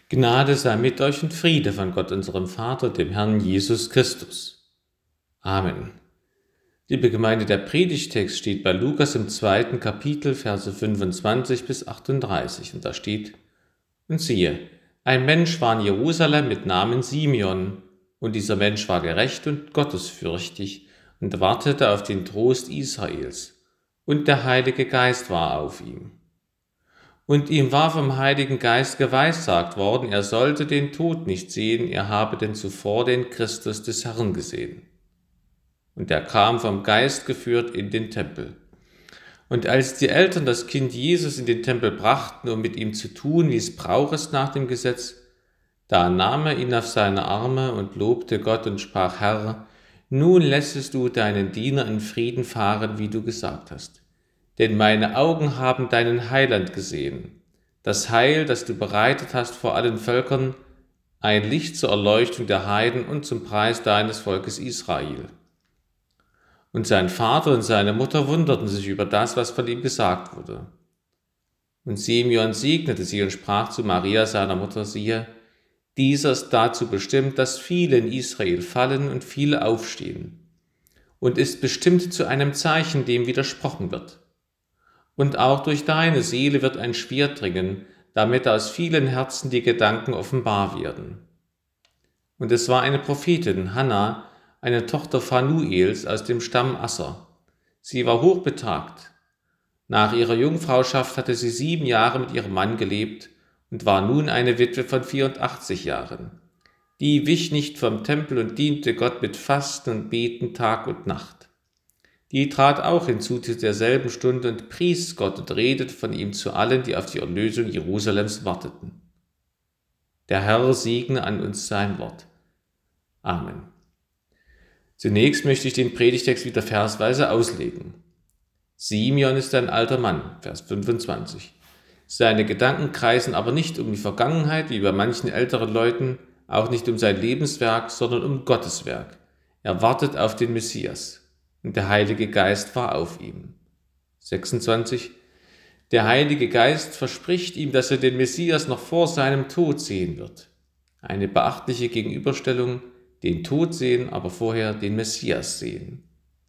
Gnade sei mit euch und Friede von Gott, unserem Vater, dem Herrn Jesus Christus. Amen. Liebe Gemeinde, der Predigtext steht bei Lukas im 2. Kapitel, Verse 25 bis 38. Und da steht: Und siehe, ein Mensch war in Jerusalem mit Namen Simeon, und dieser Mensch war gerecht und gottesfürchtig und wartete auf den Trost Israels, und der Heilige Geist war auf ihm. Und ihm war vom Heiligen Geist geweissagt worden, er sollte den Tod nicht sehen, er habe denn zuvor den Christus des Herrn gesehen. Und er kam vom Geist geführt in den Tempel. Und als die Eltern das Kind Jesus in den Tempel brachten, um mit ihm zu tun, wie es Brauch ist nach dem Gesetz, da nahm er ihn auf seine Arme und lobte Gott und sprach: Herr, nun lässest du deinen Diener in Frieden fahren, wie du gesagt hast. Denn meine Augen haben deinen Heiland gesehen, das Heil, das du bereitet hast vor allen Völkern, ein Licht zur Erleuchtung der Heiden und zum Preis deines Volkes Israel. Und sein Vater und seine Mutter wunderten sich über das, was von ihm gesagt wurde. Und Simeon segnete sie und sprach zu Maria, seiner Mutter: Siehe, dieser ist dazu bestimmt, dass viele in Israel fallen und viele aufstehen, und ist bestimmt zu einem Zeichen, dem widersprochen wird. Und auch durch deine Seele wird ein Schwert dringen, damit aus vielen Herzen die Gedanken offenbar werden. Und es war eine Prophetin, Hannah, eine Tochter Phanuels aus dem Stamm Asser. Sie war hochbetagt. Nach ihrer Jungfrauschaft hatte sie 7 Jahre mit ihrem Mann gelebt und war nun eine Witwe von 84 Jahren. Die wich nicht vom Tempel und diente Gott mit Fasten und Beten Tag und Nacht. Die trat auch hinzu zu derselben Stunde und pries Gott und redete von ihm zu allen, die auf die Erlösung Jerusalems warteten. Der Herr segne an uns sein Wort. Amen. Zunächst möchte ich den Predigtext wieder versweise auslegen. Simeon ist ein alter Mann, Vers 25. Seine Gedanken kreisen aber nicht um die Vergangenheit, wie bei manchen älteren Leuten, auch nicht um sein Lebenswerk, sondern um Gottes Werk. Er wartet auf den Messias. Und der Heilige Geist war auf ihm. 26. Der Heilige Geist verspricht ihm, dass er den Messias noch vor seinem Tod sehen wird. Eine beachtliche Gegenüberstellung, den Tod sehen, aber vorher den Messias sehen.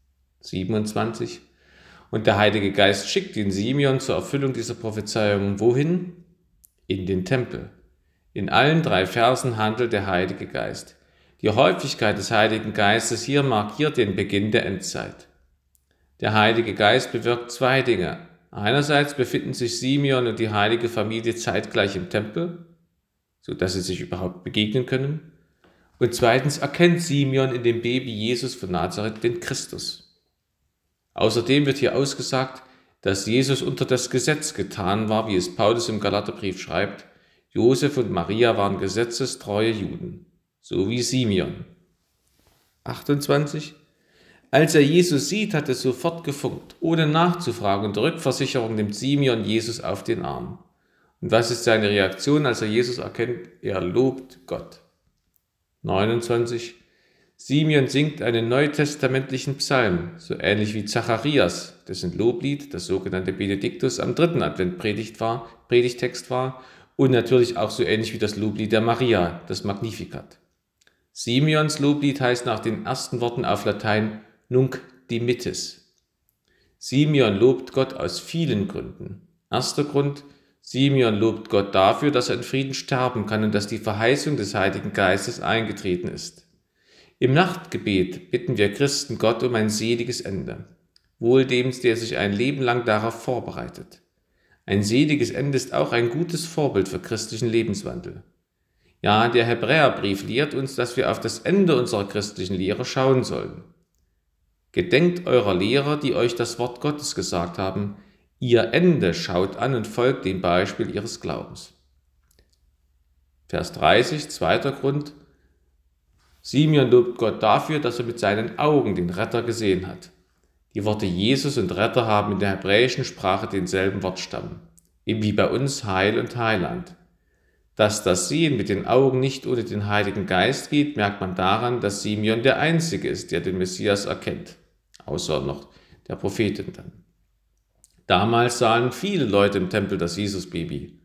27. Und der Heilige Geist schickt den Simeon zur Erfüllung dieser Prophezeiung wohin? In den Tempel. In allen 3 Versen handelt der Heilige Geist. Die Häufigkeit des Heiligen Geistes hier markiert den Beginn der Endzeit. Der Heilige Geist bewirkt 2 Dinge. Einerseits befinden sich Simeon und die heilige Familie zeitgleich im Tempel, sodass sie sich überhaupt begegnen können. Und zweitens erkennt Simeon in dem Baby Jesus von Nazareth den Christus. Außerdem wird hier ausgesagt, dass Jesus unter das Gesetz getan war, wie es Paulus im Galaterbrief schreibt: Josef und Maria waren gesetzestreue Juden, so wie Simeon. 28. Als er Jesus sieht, hat er sofort gefunkt. Ohne nachzufragen und Rückversicherung nimmt Simeon Jesus auf den Arm. Und was ist seine Reaktion, als er Jesus erkennt? Er lobt Gott. 29. Simeon singt einen neutestamentlichen Psalm, so ähnlich wie Zacharias, dessen Loblied, das sogenannte Benediktus, am 3. Advent Predigtext war, und natürlich auch so ähnlich wie das Loblied der Maria, das Magnificat. Simeons Loblied heißt nach den ersten Worten auf Latein Nunc dimittis. Simeon lobt Gott aus vielen Gründen. Erster Grund: Simeon lobt Gott dafür, dass er in Frieden sterben kann und dass die Verheißung des Heiligen Geistes eingetreten ist. Im Nachtgebet bitten wir Christen Gott um ein seliges Ende, wohl dem, der sich ein Leben lang darauf vorbereitet. Ein seliges Ende ist auch ein gutes Vorbild für christlichen Lebenswandel. Ja, der Hebräerbrief lehrt uns, dass wir auf das Ende unserer christlichen Lehre schauen sollen. Gedenkt eurer Lehrer, die euch das Wort Gottes gesagt haben. Ihr Ende schaut an und folgt dem Beispiel ihres Glaubens. Vers 30, zweiter Grund. Simeon lobt Gott dafür, dass er mit seinen Augen den Retter gesehen hat. Die Worte Jesus und Retter haben in der hebräischen Sprache denselben Wortstamm, eben wie bei uns Heil und Heiland. Dass das Sehen mit den Augen nicht ohne den Heiligen Geist geht, merkt man daran, dass Simeon der Einzige ist, der den Messias erkennt, außer noch der Prophetin dann. Damals sahen viele Leute im Tempel das Jesusbaby,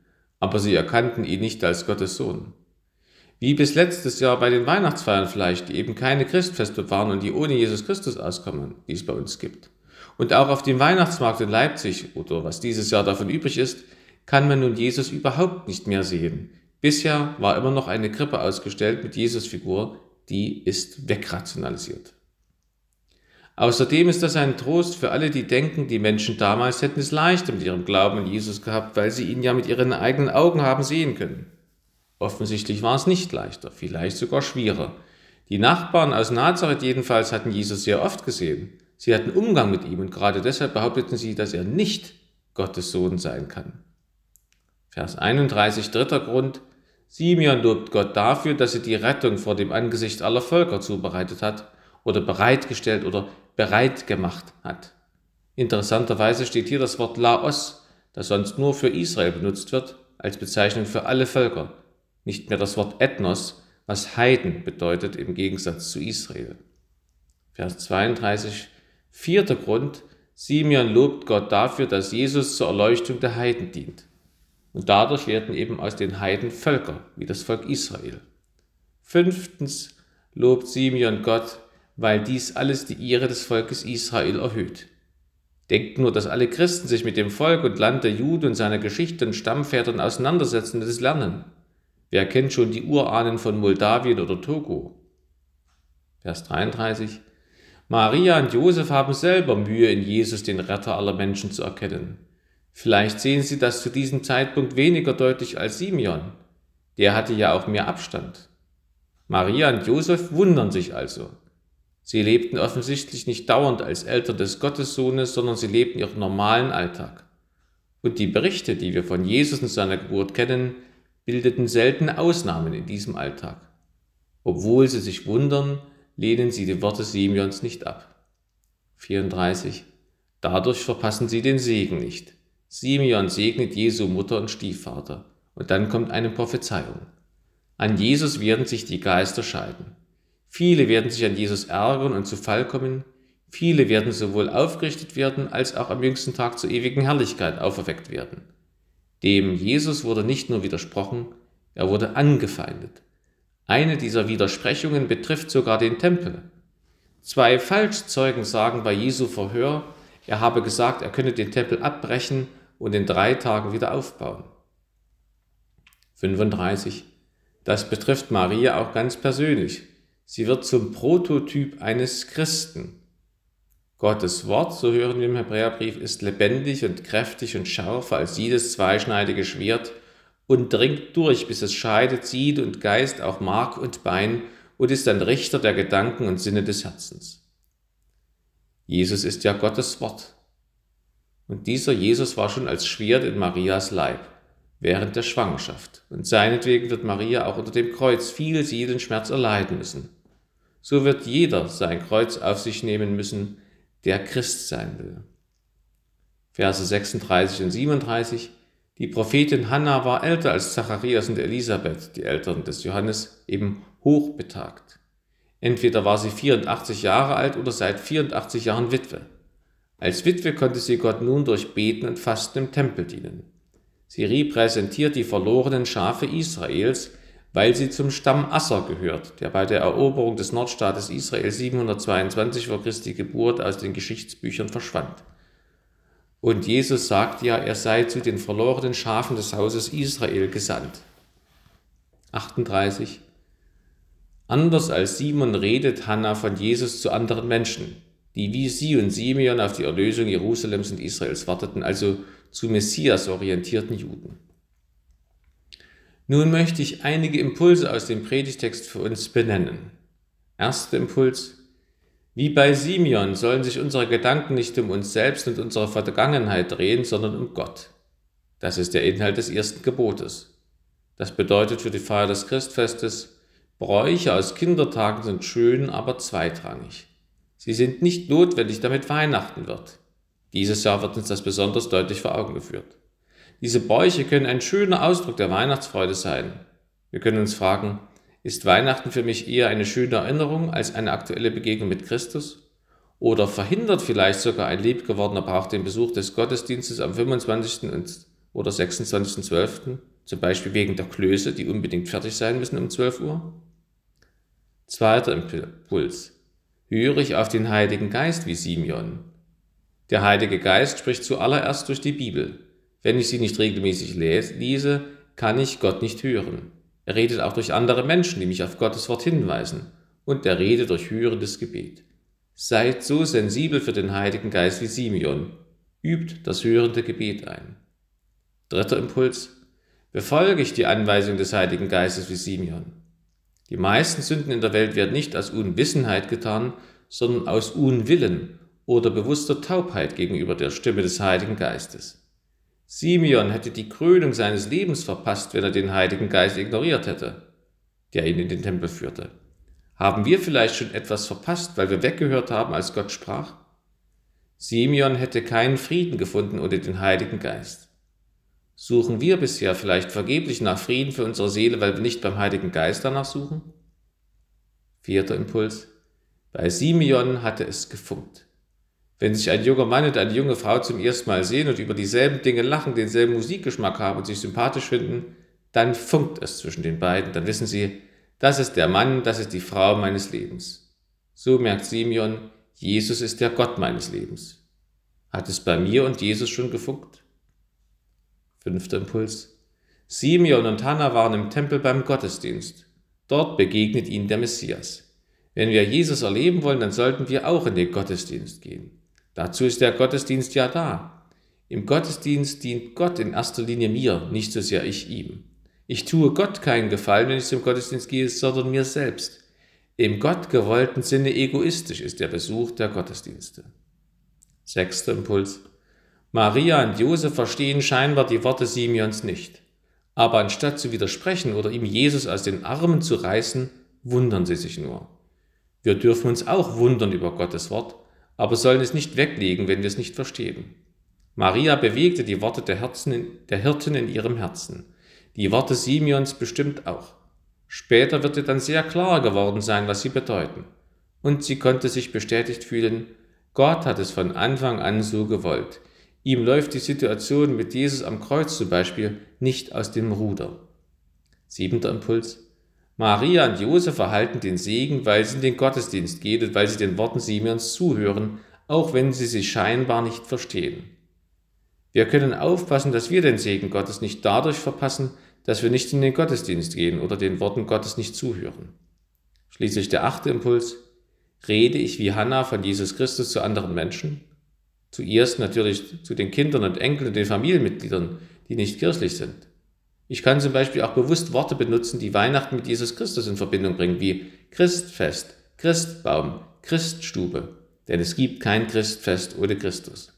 aber sie erkannten ihn nicht als Gottes Sohn. Wie bis letztes Jahr bei den Weihnachtsfeiern vielleicht, die eben keine Christfeste waren und die ohne Jesus Christus auskommen, die es bei uns gibt. Und auch auf dem Weihnachtsmarkt in Leipzig, oder was dieses Jahr davon übrig ist, kann man nun Jesus überhaupt nicht mehr sehen. Bisher war immer noch eine Krippe ausgestellt mit Jesus-Figur, die ist wegrationalisiert. Außerdem ist das ein Trost für alle, die denken, die Menschen damals hätten es leichter mit ihrem Glauben an Jesus gehabt, weil sie ihn ja mit ihren eigenen Augen haben sehen können. Offensichtlich war es nicht leichter, vielleicht sogar schwieriger. Die Nachbarn aus Nazareth jedenfalls hatten Jesus sehr oft gesehen. Sie hatten Umgang mit ihm und gerade deshalb behaupteten sie, dass er nicht Gottes Sohn sein kann. Vers 31, dritter Grund. Simeon lobt Gott dafür, dass er die Rettung vor dem Angesicht aller Völker zubereitet hat oder bereitgestellt oder bereit gemacht hat. Interessanterweise steht hier das Wort Laos, das sonst nur für Israel benutzt wird, als Bezeichnung für alle Völker. Nicht mehr das Wort Ethnos, was Heiden bedeutet im Gegensatz zu Israel. Vers 32, vierter Grund. Simeon lobt Gott dafür, dass Jesus zur Erleuchtung der Heiden dient. Und dadurch werden eben aus den Heiden Völker, wie das Volk Israel. Fünftens lobt Simeon Gott, weil dies alles die Ehre des Volkes Israel erhöht. Denkt nur, dass alle Christen sich mit dem Volk und Land der Juden und seiner Geschichte und Stammvätern auseinandersetzen und es lernen. Wer kennt schon die Urahnen von Moldawien oder Togo? Vers 33. Maria und Josef haben selber Mühe, in Jesus den Retter aller Menschen zu erkennen. Vielleicht sehen sie das zu diesem Zeitpunkt weniger deutlich als Simeon. Der hatte ja auch mehr Abstand. Maria und Josef wundern sich also. Sie lebten offensichtlich nicht dauernd als Eltern des Gottessohnes, sondern sie lebten ihren normalen Alltag. Und die Berichte, die wir von Jesus und seiner Geburt kennen, bildeten selten Ausnahmen in diesem Alltag. Obwohl sie sich wundern, lehnen sie die Worte Simeons nicht ab. 34. Dadurch verpassen sie den Segen nicht. Simeon segnet Jesu Mutter und Stiefvater. Und dann kommt eine Prophezeiung. An Jesus werden sich die Geister scheiden. Viele werden sich an Jesus ärgern und zu Fall kommen. Viele werden sowohl aufgerichtet werden, als auch am jüngsten Tag zur ewigen Herrlichkeit auferweckt werden. Dem Jesus wurde nicht nur widersprochen, er wurde angefeindet. Eine dieser Widersprechungen betrifft sogar den Tempel. 2 Falschzeugen sagen bei Jesu Verhör, er habe gesagt, er könne den Tempel abbrechen und in 3 Tagen wieder aufbauen. 35. Das betrifft Maria auch ganz persönlich. Sie wird zum Prototyp eines Christen. Gottes Wort, so hören wir im Hebräerbrief, ist lebendig und kräftig und schärfer als jedes zweischneidige Schwert und dringt durch, bis es scheidet Seele und Geist, auch Mark und Bein, und ist ein Richter der Gedanken und Sinne des Herzens. Jesus ist ja Gottes Wort. Und dieser Jesus war schon als Schwert in Marias Leib, während der Schwangerschaft. Und seinetwegen wird Maria auch unter dem Kreuz viel Seelenschmerz erleiden müssen. So wird jeder sein Kreuz auf sich nehmen müssen, der Christ sein will. Verse 36 und 37. Die Prophetin Hannah war älter als Zacharias und Elisabeth, die Eltern des Johannes, eben hochbetagt. Entweder war sie 84 Jahre alt oder seit 84 Jahren Witwe. Als Witwe konnte sie Gott nun durch Beten und Fasten im Tempel dienen. Sie repräsentiert die verlorenen Schafe Israels, weil sie zum Stamm Asser gehört, der bei der Eroberung des Nordstaates Israel 722 vor Christi Geburt aus den Geschichtsbüchern verschwand. Und Jesus sagt ja, er sei zu den verlorenen Schafen des Hauses Israel gesandt. 38. Anders als Simon redet Hannah von Jesus zu anderen Menschen, die wie sie und Simeon auf die Erlösung Jerusalems und Israels warteten, also zu Messias orientierten Juden. Nun möchte ich einige Impulse aus dem Predigtext für uns benennen. Erster Impuls: Wie bei Simeon sollen sich unsere Gedanken nicht um uns selbst und unsere Vergangenheit drehen, sondern um Gott. Das ist der Inhalt des ersten Gebotes. Das bedeutet für die Feier des Christfestes: Bräuche aus Kindertagen sind schön, aber zweitrangig. Sie sind nicht notwendig, damit Weihnachten wird. Dieses Jahr wird uns das besonders deutlich vor Augen geführt. Diese Bräuche können ein schöner Ausdruck der Weihnachtsfreude sein. Wir können uns fragen: Ist Weihnachten für mich eher eine schöne Erinnerung als eine aktuelle Begegnung mit Christus? Oder verhindert vielleicht sogar ein liebgewordener Brauch den Besuch des Gottesdienstes am 25. oder 26.12.? zum Beispiel wegen der Klöße, die unbedingt fertig sein müssen um 12 Uhr? Zweiter Impuls. Höre ich auf den Heiligen Geist wie Simeon? Der Heilige Geist spricht zuallererst durch die Bibel. Wenn ich sie nicht regelmäßig lese, kann ich Gott nicht hören. Er redet auch durch andere Menschen, die mich auf Gottes Wort hinweisen. Und er redet durch hörendes Gebet. Seid so sensibel für den Heiligen Geist wie Simeon. Übt das hörende Gebet ein. Dritter Impuls. Befolge ich die Anweisung des Heiligen Geistes wie Simeon? Die meisten Sünden in der Welt werden nicht aus Unwissenheit getan, sondern aus Unwillen oder bewusster Taubheit gegenüber der Stimme des Heiligen Geistes. Simeon hätte die Krönung seines Lebens verpasst, wenn er den Heiligen Geist ignoriert hätte, der ihn in den Tempel führte. Haben wir vielleicht schon etwas verpasst, weil wir weggehört haben, als Gott sprach? Simeon hätte keinen Frieden gefunden ohne den Heiligen Geist. Suchen wir bisher vielleicht vergeblich nach Frieden für unsere Seele, weil wir nicht beim Heiligen Geist danach suchen? Vierter Impuls. Bei Simeon hatte es gefunkt. Wenn sich ein junger Mann und eine junge Frau zum ersten Mal sehen und über dieselben Dinge lachen, denselben Musikgeschmack haben und sich sympathisch finden, dann funkt es zwischen den beiden. Dann wissen sie, das ist der Mann, das ist die Frau meines Lebens. So merkt Simeon, Jesus ist der Gott meines Lebens. Hat es bei mir und Jesus schon gefunkt? Fünfter Impuls. Simeon und Hannah waren im Tempel beim Gottesdienst. Dort begegnet ihnen der Messias. Wenn wir Jesus erleben wollen, dann sollten wir auch in den Gottesdienst gehen. Dazu ist der Gottesdienst ja da. Im Gottesdienst dient Gott in erster Linie mir, nicht so sehr ich ihm. Ich tue Gott keinen Gefallen, wenn ich zum Gottesdienst gehe, sondern mir selbst. Im gottgewollten Sinne egoistisch ist der Besuch der Gottesdienste. Sechster Impuls. Maria und Josef verstehen scheinbar die Worte Simeons nicht. Aber anstatt zu widersprechen oder ihm Jesus aus den Armen zu reißen, wundern sie sich nur. Wir dürfen uns auch wundern über Gottes Wort, aber sollen es nicht weglegen, wenn wir es nicht verstehen. Maria bewegte die Worte der Hirten in ihrem Herzen. Die Worte Simeons bestimmt auch. Später wird ihr dann sehr klar geworden sein, was sie bedeuten. Und sie konnte sich bestätigt fühlen, Gott hat es von Anfang an so gewollt. Ihm läuft die Situation mit Jesus am Kreuz zum Beispiel nicht aus dem Ruder. Siebenter Impuls. Maria und Josef erhalten den Segen, weil sie in den Gottesdienst gehen und weil sie den Worten Simeons zuhören, auch wenn sie sie scheinbar nicht verstehen. Wir können aufpassen, dass wir den Segen Gottes nicht dadurch verpassen, dass wir nicht in den Gottesdienst gehen oder den Worten Gottes nicht zuhören. Schließlich der achte Impuls. Rede ich wie Hannah von Jesus Christus zu anderen Menschen? Zuerst natürlich zu den Kindern und Enkeln und den Familienmitgliedern, die nicht kirchlich sind. Ich kann zum Beispiel auch bewusst Worte benutzen, die Weihnachten mit Jesus Christus in Verbindung bringen, wie Christfest, Christbaum, Christstube, denn es gibt kein Christfest ohne Christus.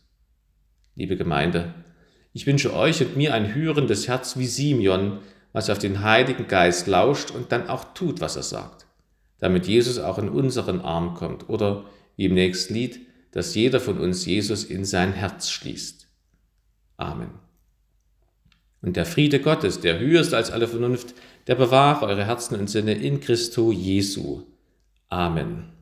Liebe Gemeinde, ich wünsche euch und mir ein hörendes Herz wie Simeon, was auf den Heiligen Geist lauscht und dann auch tut, was er sagt, damit Jesus auch in unseren Arm kommt oder, wie im nächsten Lied, dass jeder von uns Jesus in sein Herz schließt. Amen. Und der Friede Gottes, der höher ist als alle Vernunft, der bewahre eure Herzen und Sinne in Christo Jesu. Amen.